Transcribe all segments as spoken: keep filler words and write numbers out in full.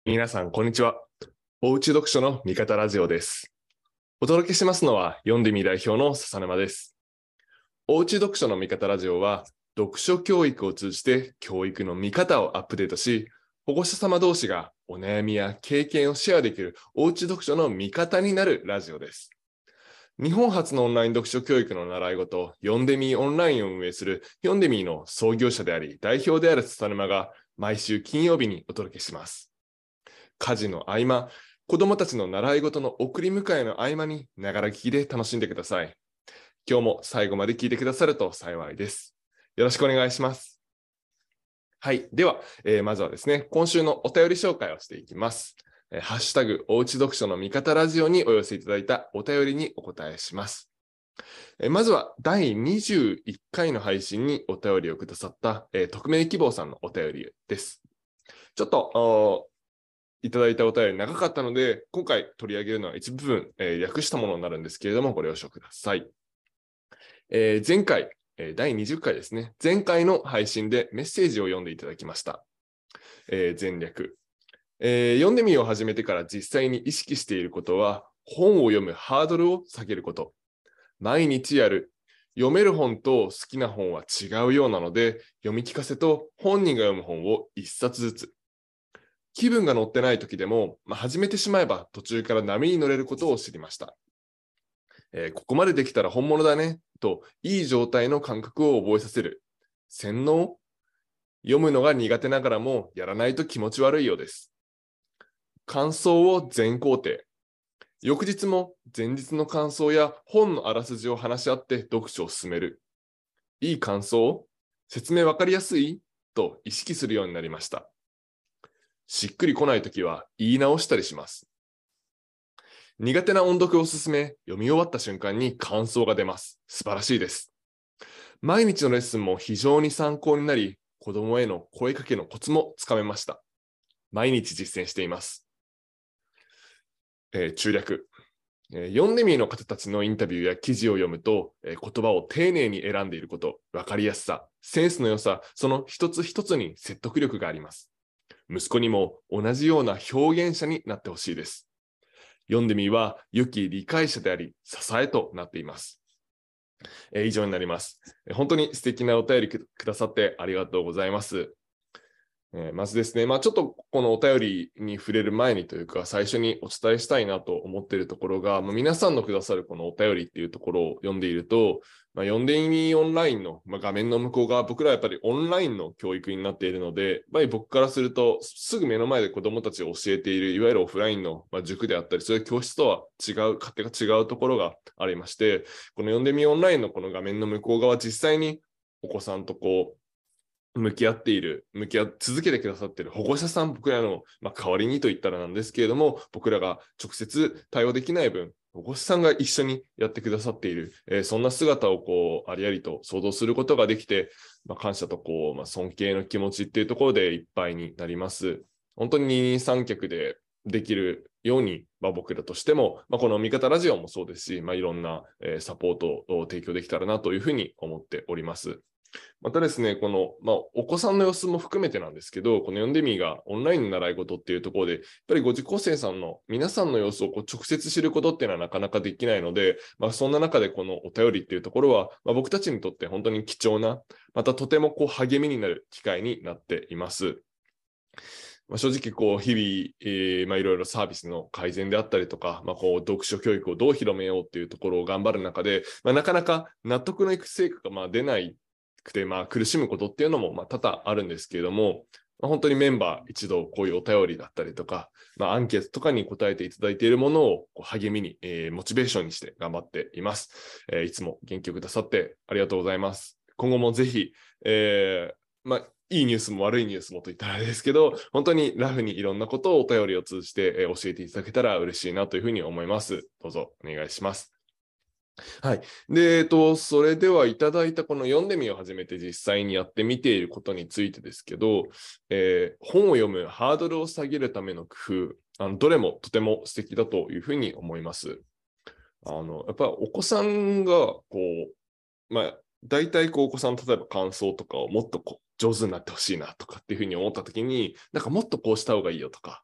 皆さん、こんにちは。おうち読書の味方ラジオです。お届けしますのは、読んでみ代表の笹沼です。おうち読書の味方ラジオは、読書教育を通じて教育の見方をアップデートし、保護者様同士がお悩みや経験をシェアできるおうち読書の味方になるラジオです。日本初のオンライン読書教育の習い事、読んでみオンラインを運営する読んでみの創業者であり、代表である笹沼が毎週金曜日にお届けします。家事の合間、子供たちの習い事の送り迎えの合間にながら聞きで楽しんでください。今日も最後まで聞いてくださると幸いです。よろしくお願いします。はい。では、えー、まずはですね、今週のお便り紹介をしていきます。えー、ハッシュタグ、おうち読書の味方ラジオにお寄せいただいたお便りにお答えします。えー、まずは、だいにじゅういっかいの配信にお便りをくださった、えー、匿名希望さんのお便りです。ちょっと、いただいたお便り長かったので、今回取り上げるのは一部分、えー、略したものになるんですけれども、ご了承ください。えー、前回、えー、だいにじゅっかいですね。前回の配信でメッセージを読んでいただきました。えー、前略、えー。読んでみようを始めてから実際に意識していることは、本を読むハードルを下げること。毎日やる。読める本と好きな本は違うようなので、読み聞かせと本人が読む本を一冊ずつ。気分が乗ってない時でも、まあ、始めてしまえば途中から波に乗れることを知りました。えー、ここまでできたら本物だね、といい状態の感覚を覚えさせる。洗脳？読むのが苦手ながらもやらないと気持ち悪いようです。感想を全肯定。翌日も前日の感想や本のあらすじを話し合って読書を進める。いい感想？説明わかりやすい？と意識するようになりました。しっくりこないときは言い直したりします。苦手な音読を進め、読み終わった瞬間に感想が出ます。素晴らしいです。毎日のレッスンも非常に参考になり、子供への声かけのコツもつかめました。毎日実践しています。えー、中略。えー、読んでみーの方たちのインタビューや記事を読むと、えー、言葉を丁寧に選んでいること、わかりやすさ、センスの良さ、その一つ一つに説得力があります。息子にも同じような表現者になってほしいです。読んでみは良き理解者であり、支えとなっています。えー、以上になります。本当に素敵なお便りくださってありがとうございます。えー、まずですね、まあ、ちょっとこのお便りに触れる前にというか、最初にお伝えしたいなと思っているところが、まあ、皆さんのくださるこのお便りっていうところを読んでいると、まあ、読んでみーオンラインの、まあ、画面の向こう側、僕らはやっぱりオンラインの教育になっているので、やっぱり僕からすると、すぐ目の前で子どもたちを教えている、いわゆるオフラインの、まあ、塾であったり、そういう教室とは違う、勝手が違うところがありまして、この読んでみーオンラインのこの画面の向こう側、実際にお子さんとこう、向き合っている、向き合続けてくださっている保護者さん、僕らの、まあ、代わりにと言ったらなんですけれども、僕らが直接対応できない分、保護者さんが一緒にやってくださっている、えー、そんな姿をこうありありと想像することができて、まあ、感謝とこう、まあ、尊敬の気持ちっていうところでいっぱいになります。本当に二人三脚でできるように、まあ、僕らとしても、まあ、この味方ラジオもそうですし、まあ、いろんな、えー、サポートを提供できたらなというふうに思っております。またですね、この、まあ、お子さんの様子も含めてなんですけど、この読んでみーがオンラインの習い事っていうところで、やっぱりご受講生さんの皆さんの様子をこう直接知ることっていうのはなかなかできないので、まあ、そんな中でこのお便りっていうところは、まあ、僕たちにとって本当に貴重な、またとてもこう励みになる機会になっています。まあ、正直こう日々、えーまあ、いろいろサービスの改善であったりとか、まあ、こう読書教育をどう広めようっていうところを頑張る中で、まあ、なかなか納得のいく成果がまあ出ないくて、まあ、苦しむことっていうのもまあ多々あるんですけれども、まあ、本当にメンバー一度こういうお便りだったりとか、まあ、アンケートとかに答えていただいているものをこう励みに、えー、モチベーションにして頑張っています、えー。いつも元気をくださってありがとうございます。今後もぜひ、えーまあいいニュースも悪いニュースもといったらあれですけど、本当にラフにいろんなことをお便りを通じて教えていただけたら嬉しいなというふうに思います。どうぞお願いします。はい。で、えっと、それではいただいたこの読んでみを始めて実際にやってみていることについてですけど、えー、本を読むハードルを下げるための工夫、あのどれもとても素敵だというふうに思います。あの、やっぱお子さんがこう、まあ、大体こうお子さんの例えば感想とかをもっとこう上手になってほしいなとかっていうふうに思った時に、なんかもっとこうした方がいいよとか、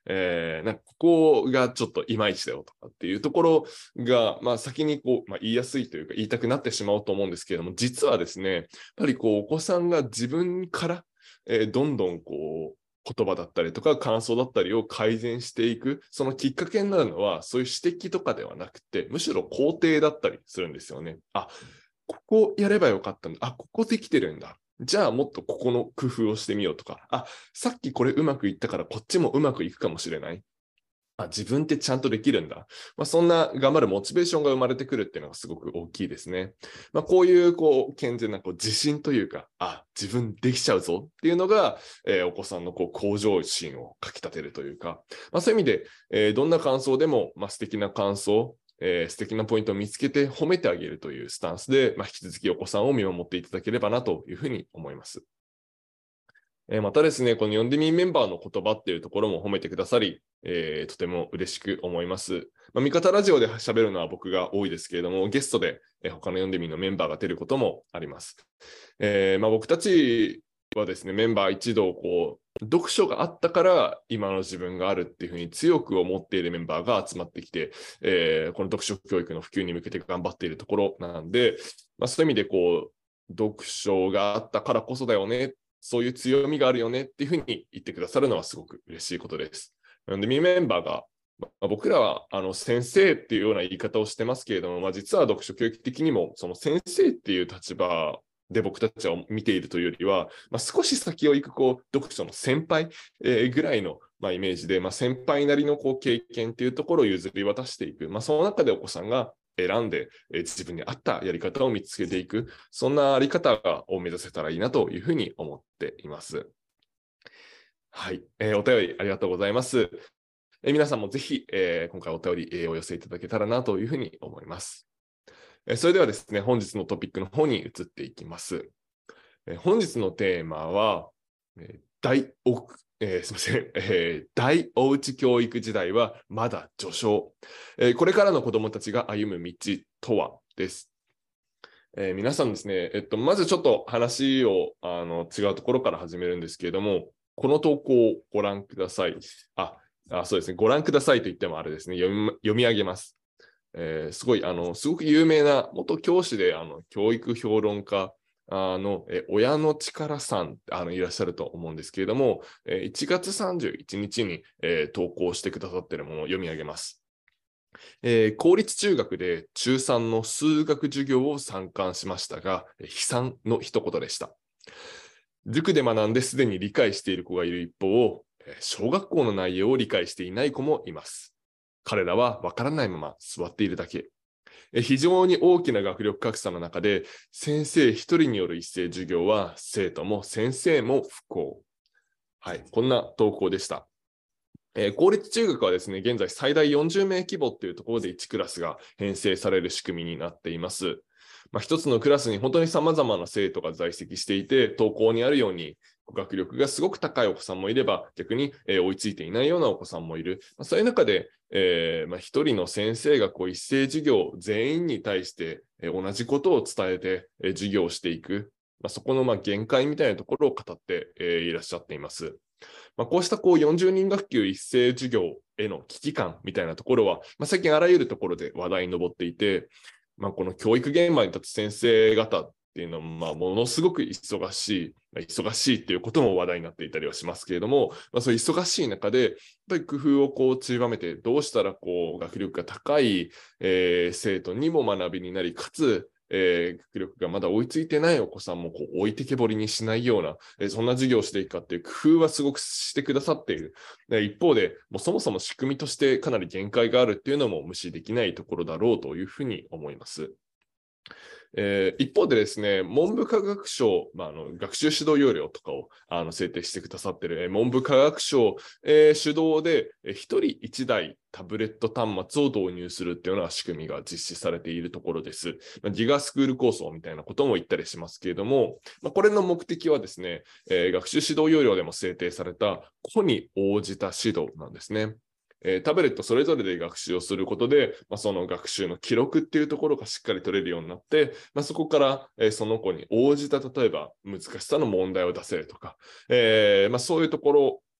えー、なんかここがちょっといまいちだよとかっていうところが、まあ、先にこう、まあ、言いやすいというか言いたくなってしまうと思うんですけれども、実はですね、やっぱりこうお子さんが自分から、えー、どんどんこう言葉だったりとか感想だったりを改善していく、そのきっかけになるのは、そういう指摘とかではなくて、むしろ肯定だったりするんですよね。あ、ここやればよかったんだ。あ、ここできてるんだ。じゃあもっとここの工夫をしてみようとか、あ、さっきこれうまくいったからこっちもうまくいくかもしれない。あ、自分ってちゃんとできるんだ。まあ、そんな頑張るモチベーションが生まれてくるっていうのがすごく大きいですね。まあ、こういうこう健全なこう自信というか、あ、自分できちゃうぞっていうのが、えーお子さんのこう向上心をかき立てるというか、まあ、そういう意味で、えーどんな感想でも、まあ、素敵な感想、えー素敵なポイントを見つけて褒めてあげるというスタンスで、まあ、引き続きお子さんを見守っていただければなというふうに思います。えーまたですね、この読んでみメンバーの言葉っていうところも褒めてくださり、えーとても嬉しく思います。まあ、味方ラジオで喋るのは僕が多いですけれども、ゲストで、えー他の読んでみのメンバーが出ることもあります。えーまあ、僕たちはですね、メンバー一同こう、読書があったから今の自分があるっていうふうに強く思っているメンバーが集まってきて、えーこの読書教育の普及に向けて頑張っているところなんで、まあ、そういう意味でこう、読書があったからこそだよね、そういう強みがあるよねっていうふうに言ってくださるのはすごく嬉しいことです。なので、ミメンバーが、まあ、僕らはあの先生っていうような言い方をしてますけれども、まあ、実は読書教育的にもその先生っていう立場で僕たちは見ているというよりは、まあ、少し先を行くこう読書の先輩、えーぐらいの、まあ、イメージで、まあ、先輩なりのこう経験っていうところを譲り渡していく、まあ、その中でお子さんが選んで、えー自分に合ったやり方を見つけていく、そんなあり方を目指せたらいいなというふうに思っています。はい、えーお便りありがとうございます。えー皆さんもぜひ、えー今回お便り、えーお寄せいただけたらなというふうに思います。えーそれではですね、本日のトピックの方に移っていきます。えー本日のテーマは、えー大おえーすみません、えー大おうち教育時代はまだ序章、えーこれからの子どもたちが歩む道とはです。えー皆さんですね、えっと、まずちょっと話をあの違うところから始めるんですけれども、この投稿をご覧ください。あ、あそうですね、ご覧くださいと言ってもあれですね、読み読み上げます。えーすごい、あの、すごく有名な元教師で、あの、教育評論家あの、え親の力さんあのいらっしゃると思うんですけれども、えいちがつさんじゅういちにちに、えー投稿してくださっているものを読み上げます。えー公立中学で中さんの数学授業を参観しましたが、悲惨の一言でした。塾で学んですでに理解している子がいる一方、小学校の内容を理解していない子もいます。彼らはわからないまま座っているだけ。非常に大きな学力格差の中で、先生一人による一斉授業は生徒も先生も不幸。はい、こんな投稿でした。えー公立中学はですね、現在最大よんじゅうめい規模っていうところでいちクラスが編成される仕組みになっています。まあ、一つのクラスに本当に様々な生徒が在籍していて、投稿にあるように学力がすごく高いお子さんもいれば、逆に、えー追いついていないようなお子さんもいる。まあ、そういう中で、えーまあ、一人の先生がこう一斉授業全員に対して、えー同じことを伝えて、えー授業をしていく。まあ、そこのまあ限界みたいなところを語って、えーいらっしゃっています。まあ、こうしたこうよんじゅうにん学級一斉授業への危機感みたいなところは、まあ、最近あらゆるところで話題に上っていて、まあ、この教育現場に立つ先生方っていうのは、まあ、ものすごく忙しい、まあ、忙しいっていうことも話題になっていたりはしますけれども、まあ、そういう忙しい中で、やっぱり工夫をこう散りばめて、どうしたらこう学力が高い、えー生徒にも学びになり、かつ、えー学力がまだ追いついてないお子さんもこう置いてけぼりにしないような、えーそんな授業をしていくかっていう工夫はすごくしてくださっている。で一方で、もうそもそも仕組みとしてかなり限界があるっていうのも無視できないところだろうというふうに思います。えー一方でですね、文部科学省、まあ、あの学習指導要領とかをあの制定してくださっている、えー文部科学省、えー主導で、えー、ひとりいちだいタブレット端末を導入するっていうような仕組みが実施されているところです。まあ、ギガスクール構想みたいなことも言ったりしますけれども、まあ、これの目的はですね、えー学習指導要領でも制定された個に応じた指導なんですね。えータブレットそれぞれで学習をすることで、まあ、その学習の記録っていうところがしっかり取れるようになって、まあ、そこから、えーその子に応じた例えば難しさの問題を出せるとか、えーまあ、そういうところ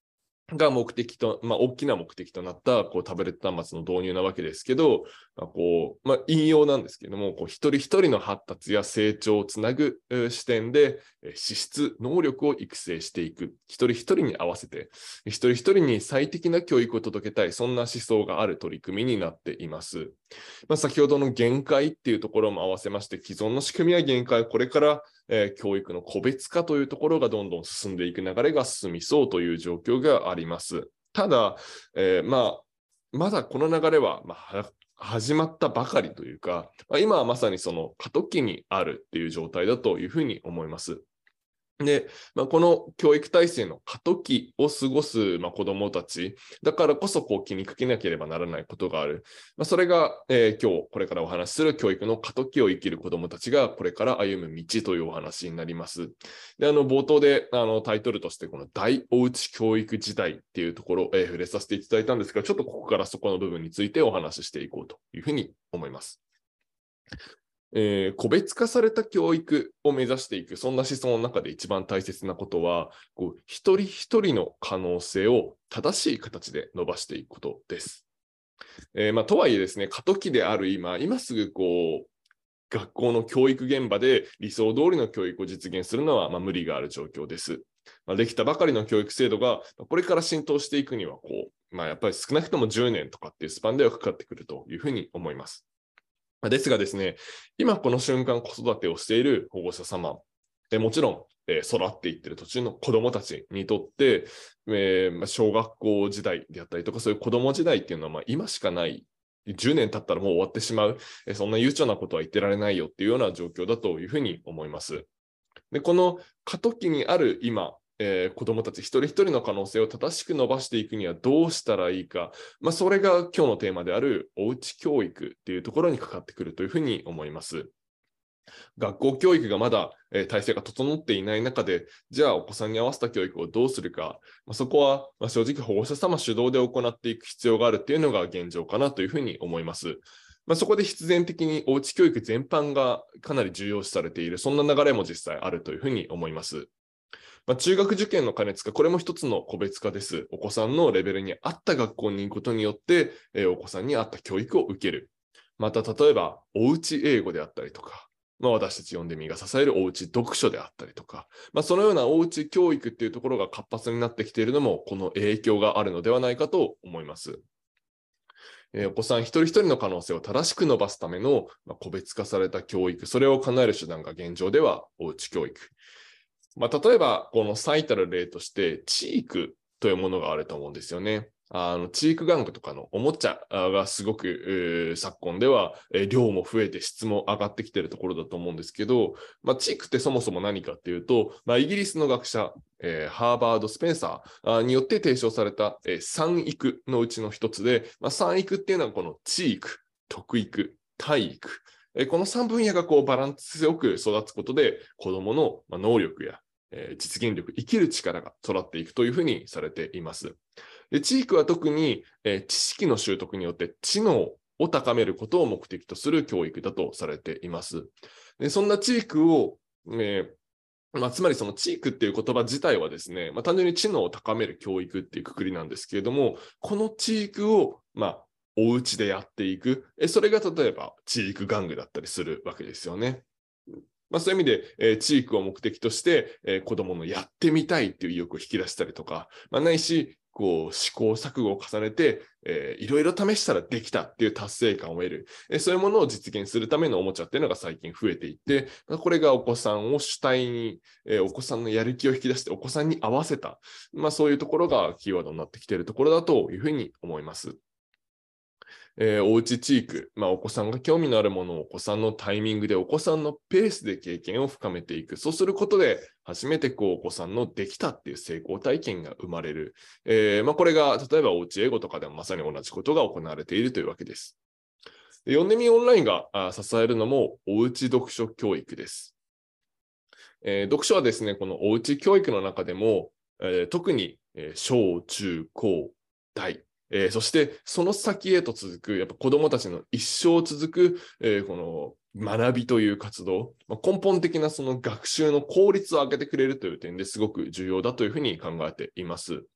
が目的と、まあ、大きな目的となったこうタブレット端末の導入なわけですけど、まあこうまあ、引用なんですけども、こう一人一人の発達や成長をつなぐ視点で、資質、能力を育成していく。一人一人に合わせて、一人一人に最適な教育を届けたい、そんな思想がある取り組みになっています。まあ、先ほどの限界っていうところも合わせまして、既存の仕組みや限界、これから、えー、教育の個別化というところがどんどん進んでいく流れが進みそうという状況があります。ただ、えー、まあ、まだこの流れは、まあ、始まったばかりというか、まあ、今はまさにその過渡期にあるっていう状態だというふうに思います。で、まあ、この教育体制の過渡期を過ごす、まあ、子どもたちだからこそこう気にかけなければならないことがある。まあ、それが、えー、今日これからお話しする教育の過渡期を生きる子どもたちがこれから歩む道というお話になります。で、あの冒頭であのタイトルとしてこの大おうち教育時代っていうところを、えー、触れさせていただいたんですが、ちょっとここからそこの部分についてお話ししていこうというふうに思います。えー、個別化された教育を目指していく、そんな思想の中で一番大切なことは、こう一人一人の可能性を正しい形で伸ばしていくことです。えーまあ、とはいえですね、過渡期である今、今すぐこう学校の教育現場で理想通りの教育を実現するのは、まあ、無理がある状況です。まあ、できたばかりの教育制度がこれから浸透していくにはこう、まあ、やっぱり少なくともじゅうねんとかっていうスパンではかかってくるというふうに思います。ですがですね、今この瞬間子育てをしている保護者様、えもちろん、えー、育っていっている途中の子どもたちにとって、えー、小学校時代であったりとか、そういう子ども時代っていうのはまあ今しかない。じゅうねん経ったらもう終わってしまう。えー、そんな悠長なことは言ってられないよっていうような状況だというふうに思います。で、この過渡期にある今、えー、子どもたち一人一人の可能性を正しく伸ばしていくにはどうしたらいいか、まあ、それが今日のテーマであるおうち教育っていうところにかかってくるというふうに思います。学校教育がまだ、えー、体制が整っていない中で、じゃあお子さんに合わせた教育をどうするか、まあ、そこは、まあ、正直保護者様主導で行っていく必要があるっていうのが現状かなというふうに思います。まあ、そこで必然的におうち教育全般がかなり重要視されている、そんな流れも実際あるというふうに思います。まあ、中学受験の加熱化、これも一つの個別化です。お子さんのレベルに合った学校に行くことによって、えー、お子さんに合った教育を受ける。また、例えば、おうち英語であったりとか、まあ、私たち読んでみが支えるおうち読書であったりとか、まあ、そのようなおうち教育っていうところが活発になってきているのも、この影響があるのではないかと思います。えー、お子さん一人一人の可能性を正しく伸ばすための、まあ、個別化された教育、それを叶える手段が現状ではおうち教育。まあ、例えば、この最たる例として、チークというものがあると思うんですよね。あの、チーク玩具とかのおもちゃがすごく、昨今では、量も増えて質も上がってきているところだと思うんですけど、まあ、チークってそもそも何かっていうと、まあ、イギリスの学者、えー、ハーバード・スペンサーによって提唱された、えー、三育のうちの一つで、まあ、三育っていうのはこのチーク、徳育、体育、このさんぶん野がこうバランスよく育つことで、子供の能力や実現力、生きる力が育っていくというふうにされています。で、地域は特に、えー、知識の習得によって知能を高めることを目的とする教育だとされています。で、そんな地域を、えーまあ、つまりその地域っていう言葉自体はですね、まあ、単純に知能を高める教育っていうくくりなんですけれども、この地域を、まあ、お家でやっていく、えそれが例えば地域玩具だったりするわけですよね。まあ、そういう意味で、えー、地域を目的として、えー、子供のやってみたいっていう意欲を引き出したりとか、まあ、ないし、こう試行錯誤を重ねて、えー、いろいろ試したらできたっていう達成感を得る、えー、そういうものを実現するためのおもちゃっていうのが最近増えていって、まあ、これがお子さんを主体に、えー、お子さんのやる気を引き出してお子さんに合わせた、まあ、そういうところがキーワードになってきているところだというふうに思います。えー、おうち地域、まあ、お子さんが興味のあるものをお子さんのタイミングでお子さんのペースで経験を深めていく。そうすることで初めてこうお子さんのできたっていう成功体験が生まれる。えーまあ、これが例えばおうち英語とかでもまさに同じことが行われているというわけです。で読んでみオンラインが支えるのもおうち読書教育です。えー、読書はですね、このおうち教育の中でも、えー、特に、えー、小中高大、えー、そしてその先へと続く、やっぱ子どもたちの一生続く、えー、この学びという活動、まあ、根本的なその学習の効率を上げてくれるという点ですごく重要だというふうに考えています。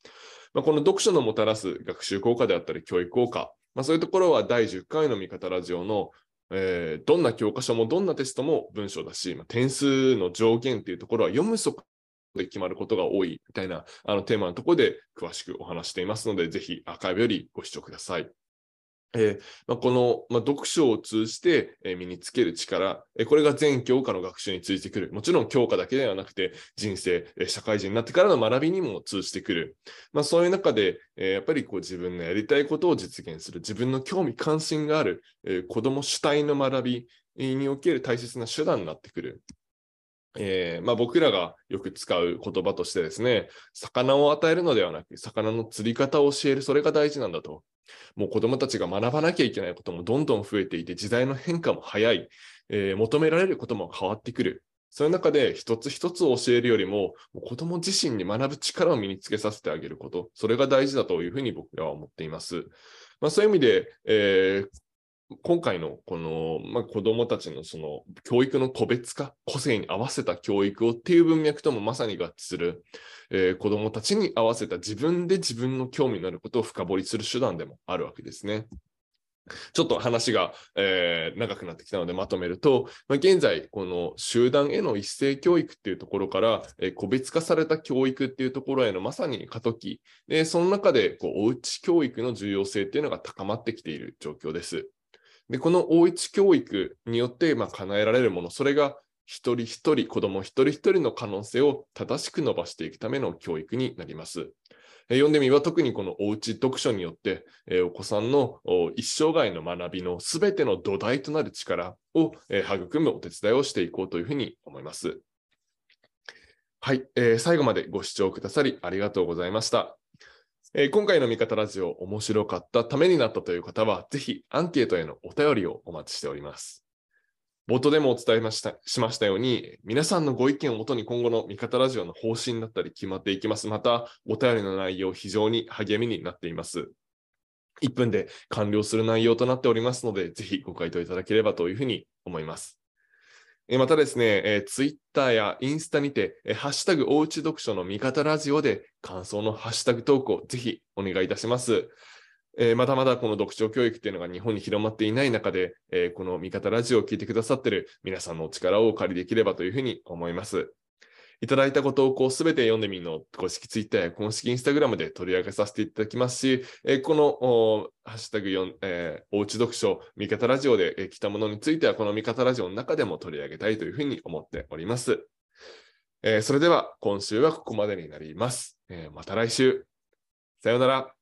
まあ、この読書のもたらす学習効果であったり教育効果、まあ、そういうところはだいじゅっかいの味方ラジオの、えーどんな教科書もどんなテストも文章だし、まあ、点数の上限っていうところは読む速度で決まることが多いみたいなあのテーマのところで詳しくお話していますので、ぜひアーカイブよりご視聴ください。えーまあ、この、まあ、読書を通じて、えー身につける力、えーこれが全教科の学習に通じてくる。もちろん教科だけではなくて、人生、えー社会人になってからの学びにも通じてくる。まあ、そういう中で、えーやっぱりこう自分のやりたいことを実現する、自分の興味関心がある、えー子供主体の学びにおける大切な手段になってくる。えーまあ、僕らがよく使う言葉としてですね、魚を与えるのではなく、魚の釣り方を教える、それが大事なんだと。もう子供たちが学ばなきゃいけないこともどんどん増えていて、時代の変化も早い、えー求められることも変わってくる。そういう中で一つ一つを教えるよりも、もう子供自身に学ぶ力を身につけさせてあげること、それが大事だというふうに僕らは思っています。まあ、そういう意味で、えー今回のこの、まあ、子どもたちのその教育の個別化、個性に合わせた教育をっていう文脈ともまさに合致する、えー、子どもたちに合わせた自分で自分の興味のあることを深掘りする手段でもあるわけですね。ちょっと話が、えー長くなってきたのでまとめると、まあ、現在、この集団への一斉教育っていうところから、えー個別化された教育っていうところへのまさに過渡期、でその中でこうおうち教育の重要性っていうのが高まってきている状況です。で、このおうち教育によって、まあ、叶えられるもの、それが一人一人、子供一人一人の可能性を正しく伸ばしていくための教育になります。えー読んでみは特にこのおうち読書によって、えーお子さんのお一生涯の学びのすべての土台となる力を、えー育むお手伝いをしていこうというふうに思います。はい、えー最後までご視聴くださりありがとうございました。えー今回の味方ラジオ面白かった、ためになったという方は、ぜひアンケートへのお便りをお待ちしております。冒頭でもお伝えましたしましたように、皆さんのご意見をもとに今後の味方ラジオの方針だったり決まっていきます。また、お便りの内容、非常に励みになっています。いっぷんで完了する内容となっておりますので、ぜひご回答いただければというふうに思います。またですね、えー、ツイッターやインスタにて、えーハッシュタグおうち読書の味方ラジオで感想のハッシュタグ投稿、ぜひお願いいたします。えーまだまだこの読書教育っていうのが日本に広まっていない中で、えーこの味方ラジオを聞いてくださっている皆さんのお力をお借りできればというふうに思います。いただいたご投稿すべて読んでみるの公式ツイッターや公式インスタグラムで取り上げさせていただきますし、えーこのおハッシュタグよん、えーおうち読書味方ラジオで、えー来たものについてはこの味方ラジオの中でも取り上げたいというふうに思っております。えーそれでは今週はここまでになります。えーまた来週。さようなら。